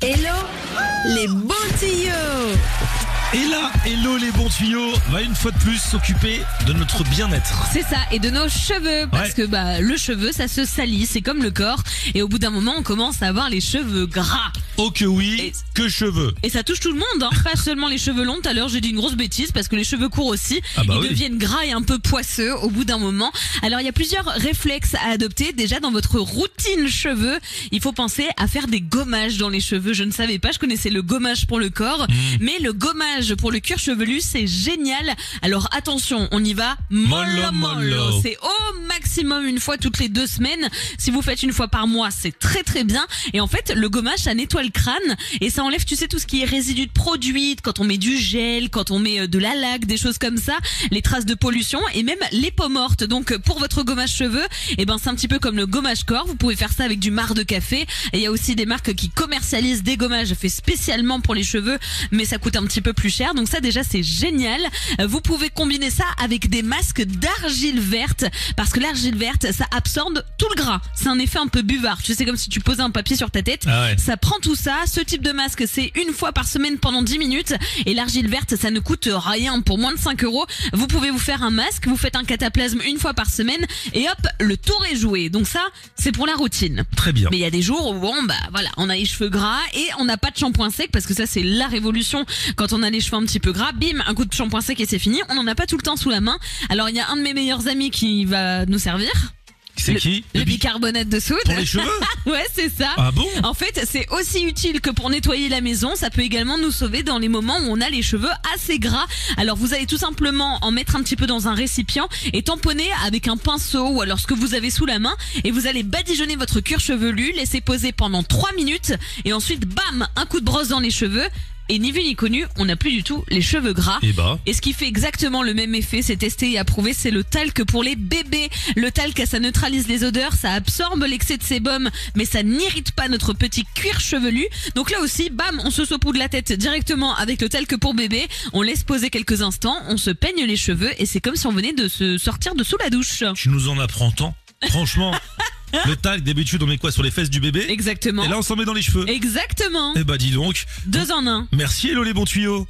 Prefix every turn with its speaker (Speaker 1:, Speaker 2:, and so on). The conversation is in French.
Speaker 1: Hello, les bons tuyaux.
Speaker 2: Et là, hello les bons tuyaux, va une fois de plus s'occuper de notre bien-être.
Speaker 3: C'est ça, et de nos cheveux, parce que le cheveu ça se salit, c'est comme le corps, et au bout d'un moment on commence à avoir les cheveux gras.
Speaker 2: Oh que oui, que cheveux.
Speaker 3: Et ça touche tout le monde, hein. Pas seulement les cheveux longs. Tout à l'heure j'ai dit une grosse bêtise parce que les cheveux courts aussi, ils deviennent gras et un peu poisseux au bout d'un moment. Alors il y a plusieurs réflexes à adopter. Déjà dans votre routine cheveux, il faut penser à faire des gommages dans les cheveux. Je ne savais pas, je connaissais le gommage pour le corps, mais le gommage pour le cuir chevelu c'est génial. Alors attention, on y va mollo mollo. C'est au maximum une fois toutes les 2 semaines. Si vous faites une fois par mois, c'est très très bien. Et en fait, le gommage ça nettoie le crâne et ça enlève, tu sais, tout ce qui est résidus de produits, quand on met du gel, quand on met de la laque, des choses comme ça, les traces de pollution et même les peaux mortes. Donc pour votre gommage cheveux, c'est un petit peu comme le gommage corps. Vous pouvez faire ça avec du marc de café. Et il y a aussi des marques qui commercialisent des gommages faits spécialement pour les cheveux, mais ça coûte un petit peu plus cher. Donc ça déjà c'est génial. Vous pouvez combiner ça avec des masques d'argile verte, parce que l'argile verte ça absorbe tout le gras. C'est un effet un peu buvard. Tu sais, comme si tu posais un papier sur ta tête. Ça prend tout ça. Ce type de masque c'est une fois par semaine pendant 10 minutes, et l'argile verte ça ne coûte rien, pour moins de 5 €. Vous pouvez vous faire un masque, vous faites un cataplasme une fois par semaine et hop, le tour est joué. Donc ça c'est pour la routine.
Speaker 2: Très bien.
Speaker 3: Mais il y a des jours où on a les cheveux gras et on n'a pas de shampoing sec, parce que ça c'est la révolution. Quand on a les cheveux un petit peu gras, bim, un coup de shampoing sec et c'est fini. On n'en a pas tout le temps sous la main. Alors il y a un de mes meilleurs amis qui va nous servir.
Speaker 2: C'est qui?
Speaker 3: Le bicarbonate de soude.
Speaker 2: Pour les cheveux?
Speaker 3: Ouais, c'est ça.
Speaker 2: Ah bon?
Speaker 3: En fait, c'est aussi utile que pour nettoyer la maison. Ça peut également nous sauver dans les moments où on a les cheveux assez gras. Alors, vous allez tout simplement en mettre un petit peu dans un récipient et tamponner avec un pinceau ou alors ce que vous avez sous la main, et vous allez badigeonner votre cuir chevelu, laisser poser pendant 3 minutes et ensuite, bam, un coup de brosse dans les cheveux. Et ni vu ni connu, on n'a plus du tout les cheveux gras. Et ce qui fait exactement le même effet, c'est testé et approuvé, c'est le talc pour les bébés. Le talc, ça neutralise les odeurs, ça absorbe l'excès de sébum, mais ça n'irrite pas notre petit cuir chevelu. Donc là aussi, bam, on se saupoudre la tête directement avec le talc pour bébé. On laisse poser quelques instants, on se peigne les cheveux et c'est comme si on venait de se sortir de sous la douche.
Speaker 2: Tu nous en apprends tant. Franchement. Le talc, d'habitude, on met quoi sur les fesses du bébé?
Speaker 3: Exactement.
Speaker 2: Et là, on s'en met dans les cheveux.
Speaker 3: Exactement.
Speaker 2: Eh bah, dis donc.
Speaker 3: 2 en 1.
Speaker 2: Merci, hello les bons tuyaux.